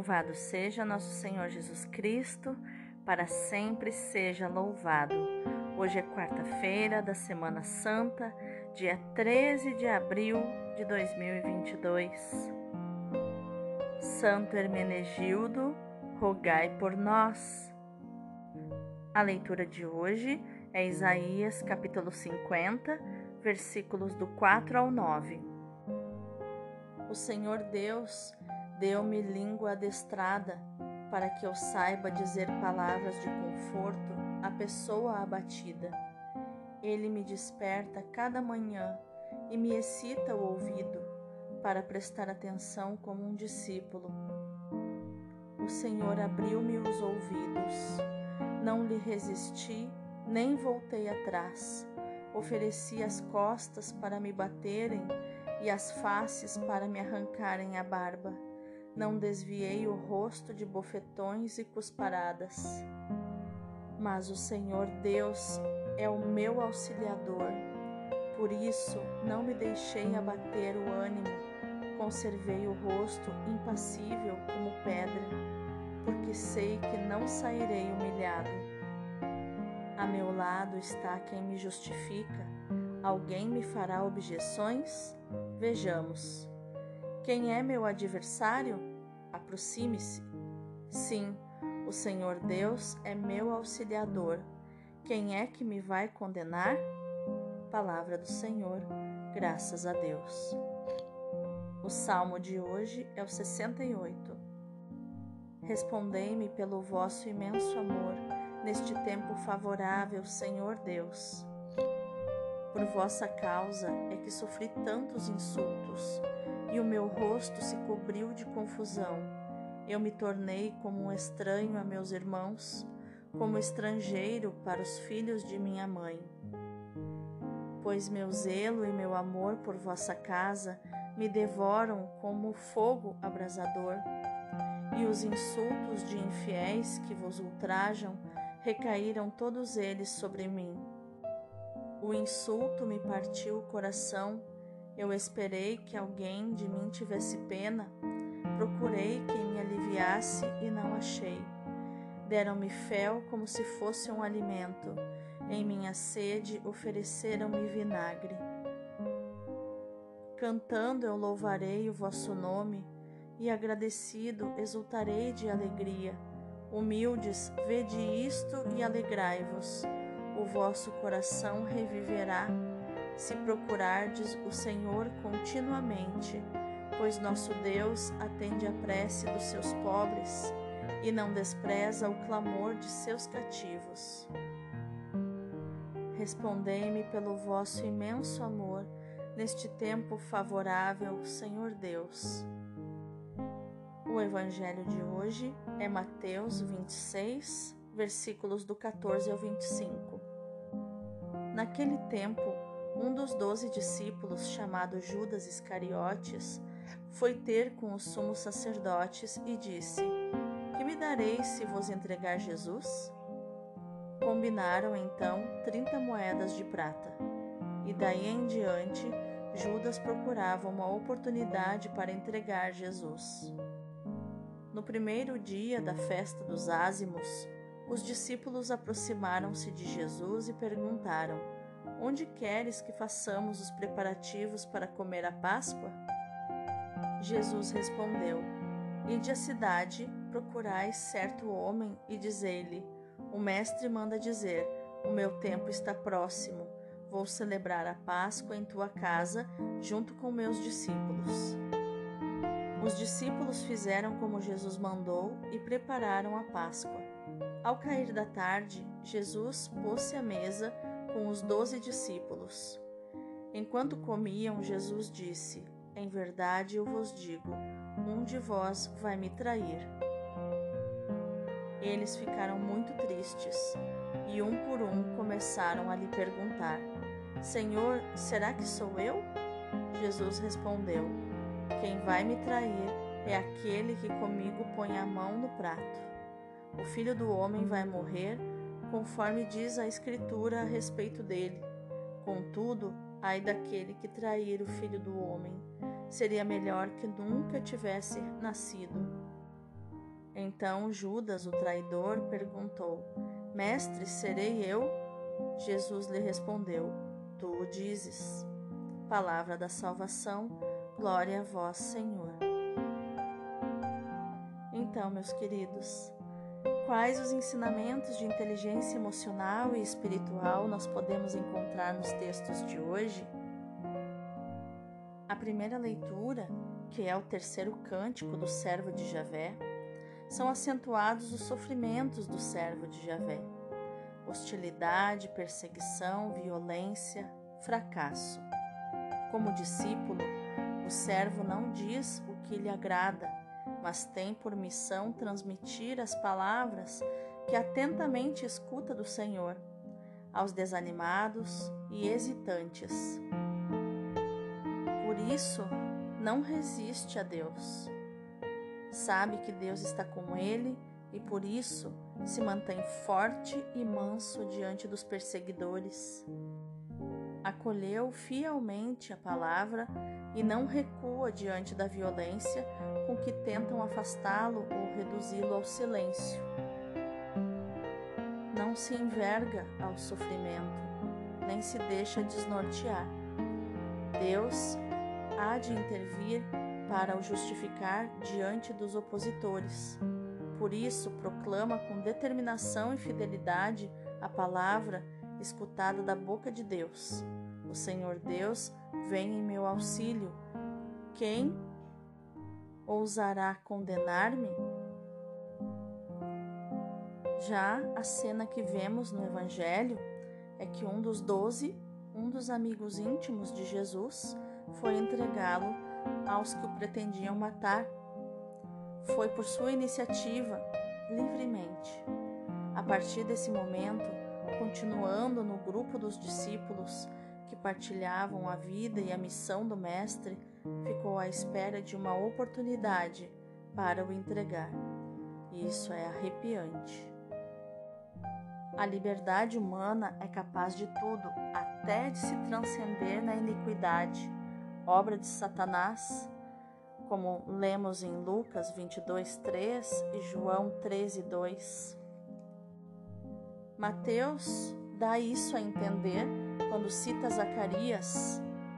Louvado seja nosso Senhor Jesus Cristo, para sempre seja louvado. Hoje é quarta-feira da Semana Santa, dia 13 de abril de 2022. Santo Hermenegildo, rogai por nós. A leitura de hoje é Isaías capítulo 50, versículos do 4 ao 9. O Senhor Deus deu-me língua adestrada, para que eu saiba dizer palavras de conforto à pessoa abatida. Ele me desperta cada manhã e me excita o ouvido, para prestar atenção como um discípulo. O Senhor abriu-me os ouvidos. Não lhe resisti, nem voltei atrás. Ofereci as costas para me baterem e as faces para me arrancarem a barba. Não desviei o rosto de bofetões e cusparadas. Mas o Senhor Deus é o meu auxiliador. Por isso não me deixei abater o ânimo. Conservei o rosto impassível como pedra, porque sei que não sairei humilhado. A meu lado está quem me justifica. Alguém me fará objeções? Vejamos. Quem é meu adversário? Aproxime-se. Sim, o Senhor Deus é meu auxiliador. Quem é que me vai condenar? Palavra do Senhor, graças a Deus. O salmo de hoje é o 68. Respondei-me pelo vosso imenso amor, neste tempo favorável, Senhor Deus. Por vossa causa é que sofri tantos insultos, e o meu rosto se cobriu de confusão. Eu me tornei como um estranho a meus irmãos, como estrangeiro para os filhos de minha mãe. Pois meu zelo e meu amor por vossa casa me devoram como fogo abrasador, e os insultos de infiéis que vos ultrajam recaíram todos eles sobre mim. O insulto me partiu o coração. Eu esperei que alguém de mim tivesse pena. Procurei quem me aliviasse e não achei. Deram-me fel como se fosse um alimento. Em minha sede ofereceram-me vinagre. Cantando eu louvarei o vosso nome, e agradecido exultarei de alegria. Humildes, vede isto e alegrai-vos. O vosso coração reviverá, se procurardes o Senhor continuamente, pois nosso Deus atende à prece dos seus pobres e não despreza o clamor de seus cativos. Respondei-me pelo vosso imenso amor, neste tempo favorável, Senhor Deus. O evangelho de hoje é Mateus 26, versículos do 14 ao 25. Naquele tempo, um dos 12 discípulos, chamado Judas Iscariotes, foi ter com os sumos sacerdotes e disse: Que me dareis se vos entregar Jesus? Combinaram então 30 moedas de prata. E daí em diante, Judas procurava uma oportunidade para entregar Jesus. No primeiro dia da festa dos ázimos, os discípulos aproximaram-se de Jesus e perguntaram: Onde queres que façamos os preparativos para comer a Páscoa? Jesus respondeu: Ide à cidade, procurai certo homem e dizei-lhe: O mestre manda dizer: O meu tempo está próximo. Vou celebrar a Páscoa em tua casa, junto com meus discípulos. Os discípulos fizeram como Jesus mandou e prepararam a Páscoa. Ao cair da tarde, Jesus pôs-se à mesa com os 12 discípulos. Enquanto comiam, Jesus disse: Em verdade eu vos digo, um de vós vai me trair. Eles ficaram muito tristes e um por um começaram a lhe perguntar: Senhor, será que sou eu? Jesus respondeu: Quem vai me trair é aquele que comigo põe a mão no prato. O Filho do Homem vai morrer, conforme diz a Escritura a respeito dele. Contudo, ai daquele que trair o Filho do Homem. Seria melhor que nunca tivesse nascido. Então Judas, o traidor, perguntou: Mestre, serei eu? Jesus lhe respondeu: Tu o dizes. Palavra da salvação, glória a vós, Senhor. Então, meus queridos, quais os ensinamentos de inteligência emocional e espiritual nós podemos encontrar nos textos de hoje? A primeira leitura, que é o terceiro cântico do servo de Javé, são acentuados os sofrimentos do servo de Javé: hostilidade, perseguição, violência, fracasso. Como discípulo, o servo não diz o que lhe agrada, mas tem por missão transmitir as palavras que atentamente escuta do Senhor, aos desanimados e hesitantes. Por isso, não resiste a Deus. Sabe que Deus está com ele e por isso se mantém forte e manso diante dos perseguidores. Acolheu fielmente a palavra e não recua diante da violência com que tentam afastá-lo ou reduzi-lo ao silêncio. Não se enverga ao sofrimento, nem se deixa desnortear. Deus há de intervir para o justificar diante dos opositores. Por isso, proclama com determinação e fidelidade a palavra escutada da boca de Deus. O Senhor Deus vem em meu auxílio. Quem ousará condenar-me? Já a cena que vemos no Evangelho é que um dos 12, um dos amigos íntimos de Jesus, foi entregá-lo aos que o pretendiam matar. Foi por sua iniciativa, livremente. A partir desse momento, continuando no grupo dos discípulos que partilhavam a vida e a missão do Mestre, ficou à espera de uma oportunidade para o entregar. Isso é arrepiante. A liberdade humana é capaz de tudo, até de se transcender na iniquidade, obra de Satanás, como lemos em Lucas 22:3 e João 13:2. Mateus dá isso a entender quando cita Zacarias,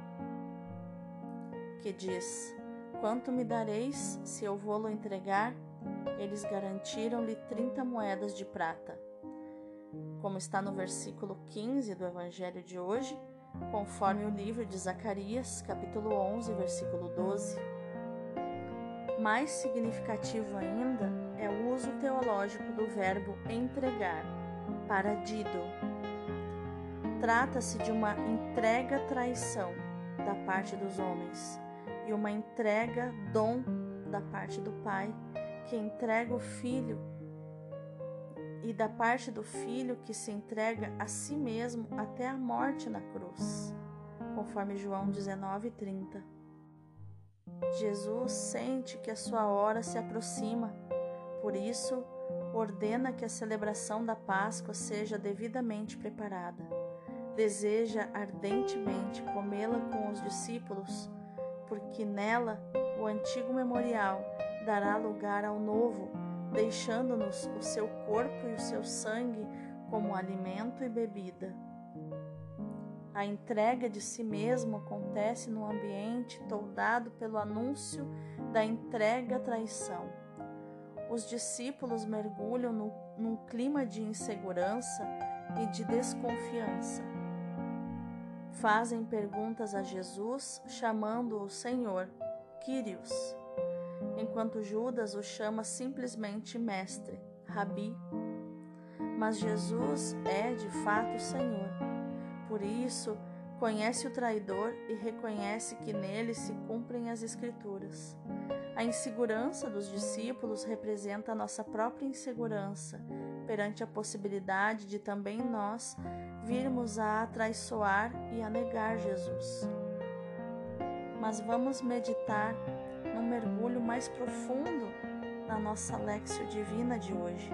que diz: Quanto me dareis se eu vou-lo entregar? Eles garantiram-lhe 30 moedas de prata. Como está no versículo 15 do Evangelho de hoje, conforme o livro de Zacarias, capítulo 11, versículo 12. Mais significativo ainda é o uso teológico do verbo entregar, paradido. Trata-se de uma entrega-traição da parte dos homens e uma entrega-dom da parte do Pai, que entrega o Filho, e da parte do Filho que se entrega a si mesmo até a morte na cruz, conforme João 19:30. Jesus sente que a sua hora se aproxima, por isso ordena que a celebração da Páscoa seja devidamente preparada. Deseja ardentemente comê-la com os discípulos, porque nela o antigo memorial dará lugar ao novo, deixando-nos o seu corpo e o seu sangue como alimento e bebida. A entrega de si mesmo acontece num ambiente toldado pelo anúncio da entrega-traição. Os discípulos mergulham num clima de insegurança e de desconfiança. Fazem perguntas a Jesus, chamando-o Senhor, Kyrios, enquanto Judas o chama simplesmente Mestre, Rabi. Mas Jesus é de fato o Senhor. Por isso, conhece o traidor e reconhece que nele se cumprem as Escrituras. A insegurança dos discípulos representa a nossa própria insegurança perante a possibilidade de também nós virmos a atraiçoar e a negar Jesus. Mas vamos meditar num mergulho mais profundo na nossa Léxio Divina de hoje.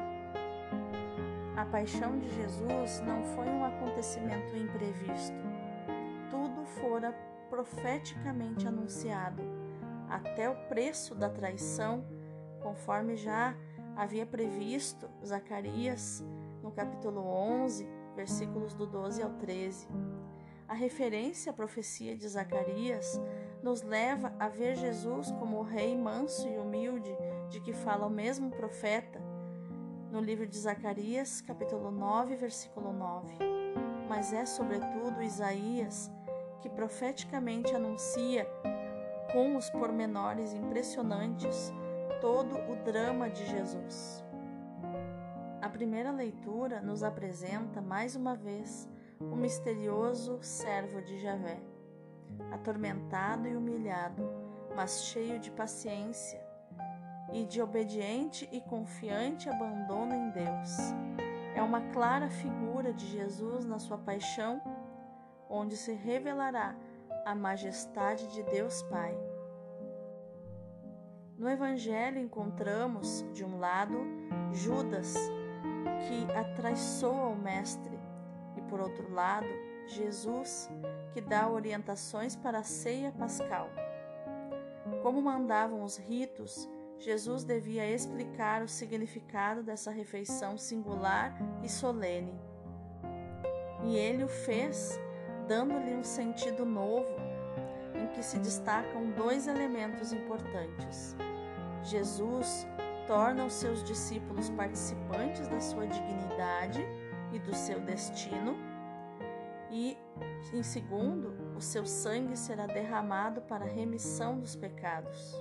A paixão de Jesus não foi um acontecimento imprevisto. Tudo fora profeticamente anunciado, até o preço da traição, conforme já havia previsto Zacarias no capítulo 11, versículos do 12 ao 13. A referência à profecia de Zacarias nos leva a ver Jesus como o rei manso e humilde de que fala o mesmo profeta no livro de Zacarias, capítulo 9, versículo 9. Mas é sobretudo Isaías que profeticamente anuncia com os pormenores impressionantes todo o drama de Jesus. A primeira leitura nos apresenta mais uma vez o misterioso servo de Javé, atormentado e humilhado, mas cheio de paciência e de obediente e confiante abandono em Deus. É uma clara figura de Jesus na sua paixão, onde se revelará a majestade de Deus Pai. No Evangelho encontramos, de um lado, Judas, que atraiçoa o Mestre, e por outro lado, Jesus, que dá orientações para a ceia pascal. Como mandavam os ritos, Jesus devia explicar o significado dessa refeição singular e solene. E ele o fez, dando-lhe um sentido novo, em que se destacam dois elementos importantes. Jesus torna os seus discípulos participantes da sua dignidade e do seu destino, e, em segundo, o seu sangue será derramado para a remissão dos pecados.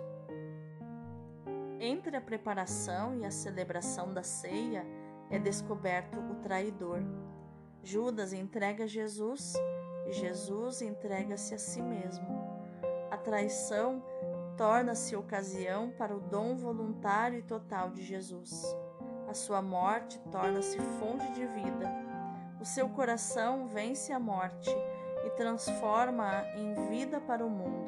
Entre a preparação e a celebração da ceia é descoberto o traidor. Judas entrega Jesus e Jesus entrega-se a si mesmo. A traição torna-se ocasião para o dom voluntário e total de Jesus. A sua morte torna-se fonte de vida. O seu coração vence a morte e transforma-a em vida para o mundo.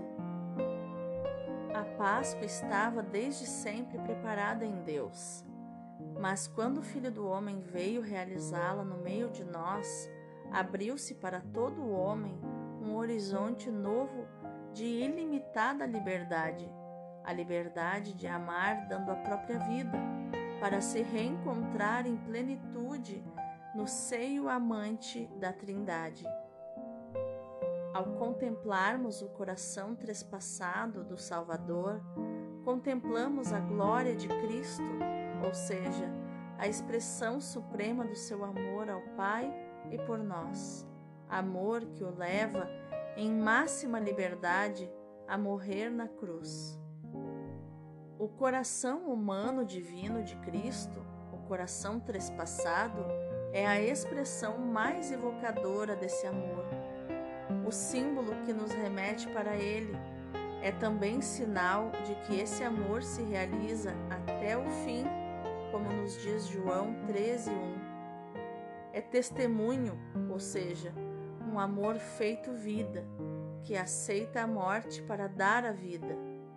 A Páscoa estava desde sempre preparada em Deus, mas quando o Filho do Homem veio realizá-la no meio de nós, abriu-se para todo o homem um horizonte novo de ilimitada liberdade, a liberdade de amar dando a própria vida, para se reencontrar em plenitude no seio amante da Trindade. Ao contemplarmos o coração trespassado do Salvador, contemplamos a glória de Cristo, ou seja, a expressão suprema do seu amor ao Pai e por nós, amor que o leva em máxima liberdade a morrer na cruz. O coração humano divino de Cristo, o coração trespassado, é a expressão mais evocadora desse amor. O símbolo que nos remete para ele é também sinal de que esse amor se realiza até o fim, como nos diz João 13:1. É testemunho, ou seja, um amor feito vida, que aceita a morte para dar a vida.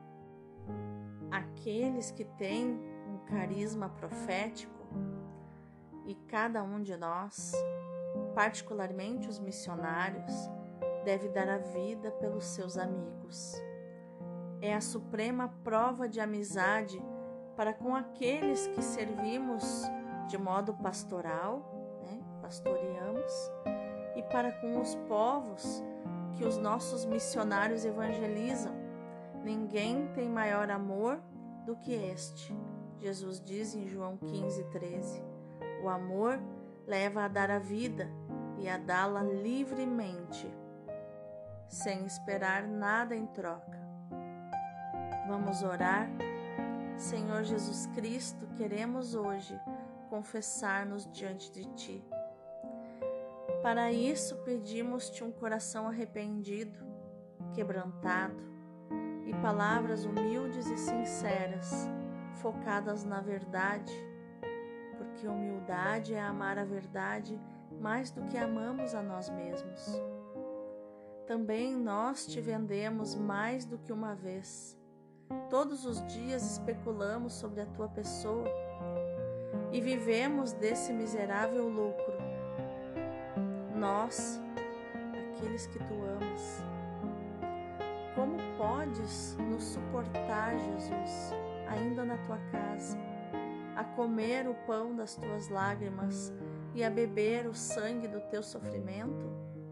Aqueles que têm um carisma profético, e cada um de nós, particularmente os missionários, deve dar a vida pelos seus amigos. É a suprema prova de amizade para com aqueles que servimos de modo pastoral, pastoreamos, e para com os povos que os nossos missionários evangelizam. Ninguém tem maior amor do que este. Jesus diz em João 15:13. O amor leva a dar a vida e a dá-la livremente, sem esperar nada em troca. Vamos orar? Senhor Jesus Cristo, queremos hoje confessar-nos diante de Ti. Para isso, pedimos-Te um coração arrependido, quebrantado, e palavras humildes e sinceras, focadas na verdade, porque humildade é amar a verdade mais do que amamos a nós mesmos. Também nós Te vendemos mais do que uma vez. Todos os dias especulamos sobre a Tua pessoa e vivemos desse miserável lucro. Nós, aqueles que Tu amas, como podes nos suportar, Jesus, ainda na Tua casa? a comer o pão das tuas lágrimas e a beber o sangue do teu sofrimento?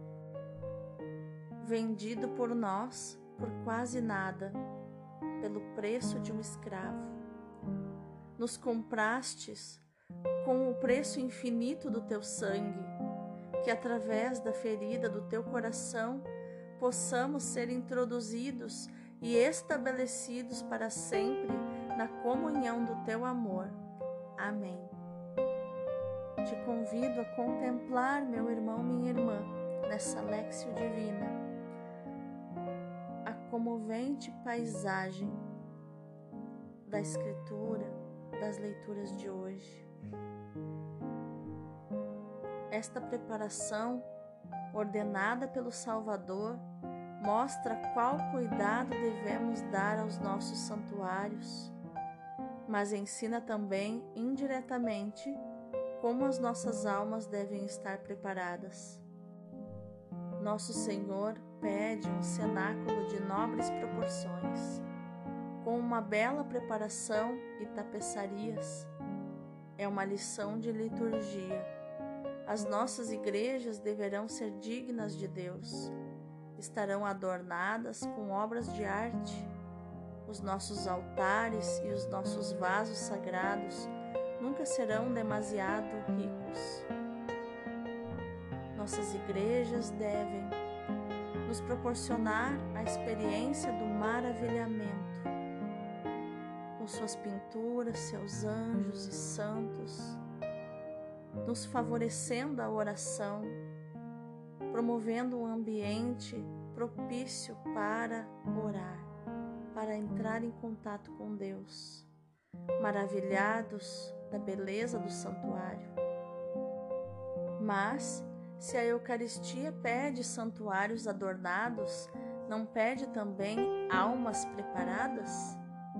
Vendido por nós por quase nada, pelo preço de um escravo, nos comprastes com o preço infinito do teu sangue, que através da ferida do teu coração possamos ser introduzidos e estabelecidos para sempre na comunhão do teu amor. Amém. Te convido a contemplar, meu irmão, minha irmã, nessa Léxio Divina, a comovente paisagem da Escritura, das leituras de hoje. Esta preparação, ordenada pelo Salvador, mostra qual cuidado devemos dar aos nossos santuários, mas ensina também, indiretamente, como as nossas almas devem estar preparadas. Nosso Senhor pede um cenáculo de nobres proporções, com uma bela preparação e tapeçarias. É uma lição de liturgia. As nossas igrejas deverão ser dignas de Deus. Estarão adornadas com obras de arte. Os nossos altares e os nossos vasos sagrados nunca serão demasiado ricos. Nossas igrejas devem nos proporcionar a experiência do maravilhamento, com suas pinturas, seus anjos e santos, nos favorecendo a oração, promovendo um ambiente propício para orar, para entrar em contato com Deus, maravilhados da beleza do santuário. Mas, se a Eucaristia pede santuários adornados, não pede também almas preparadas?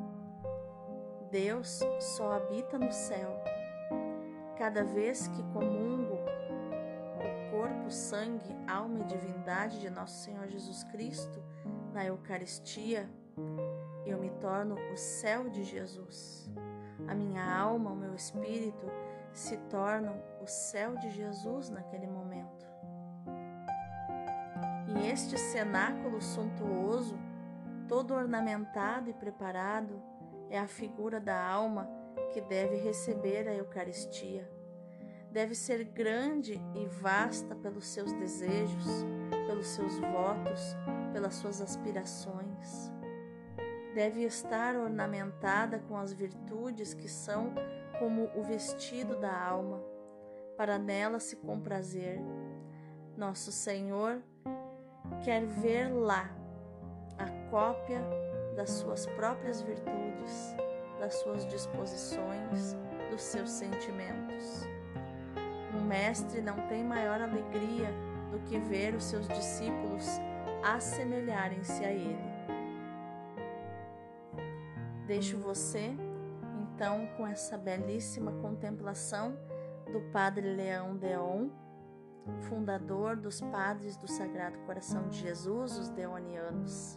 Deus só habita no céu. Cada vez que comungo o corpo, sangue, alma e divindade de nosso Senhor Jesus Cristo na Eucaristia, eu me torno o céu de Jesus. A minha alma, o meu espírito se tornam o céu de Jesus naquele momento. E este cenáculo suntuoso, todo ornamentado e preparado, é a figura da alma que deve receber a Eucaristia. Deve ser grande e vasta pelos seus desejos, pelos seus votos, pelas suas aspirações. Deve estar ornamentada com as virtudes que são como o vestido da alma, para nela se comprazer. Nosso Senhor quer ver lá a cópia das suas próprias virtudes, das suas disposições, dos seus sentimentos. Um mestre não tem maior alegria do que ver os seus discípulos assemelharem-se a ele. Deixo você, então, com essa belíssima contemplação do Padre Leão Deon, fundador dos Padres do Sagrado Coração de Jesus, os deonianos.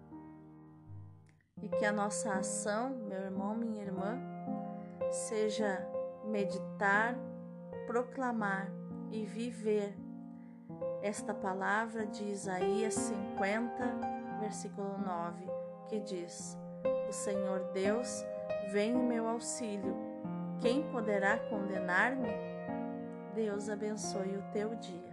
E que a nossa ação, meu irmão, minha irmã, seja meditar, proclamar e viver esta palavra de Isaías 50, versículo 9, que diz: O Senhor Deus vem em meu auxílio. Quem poderá condenar-me? Deus abençoe o teu dia.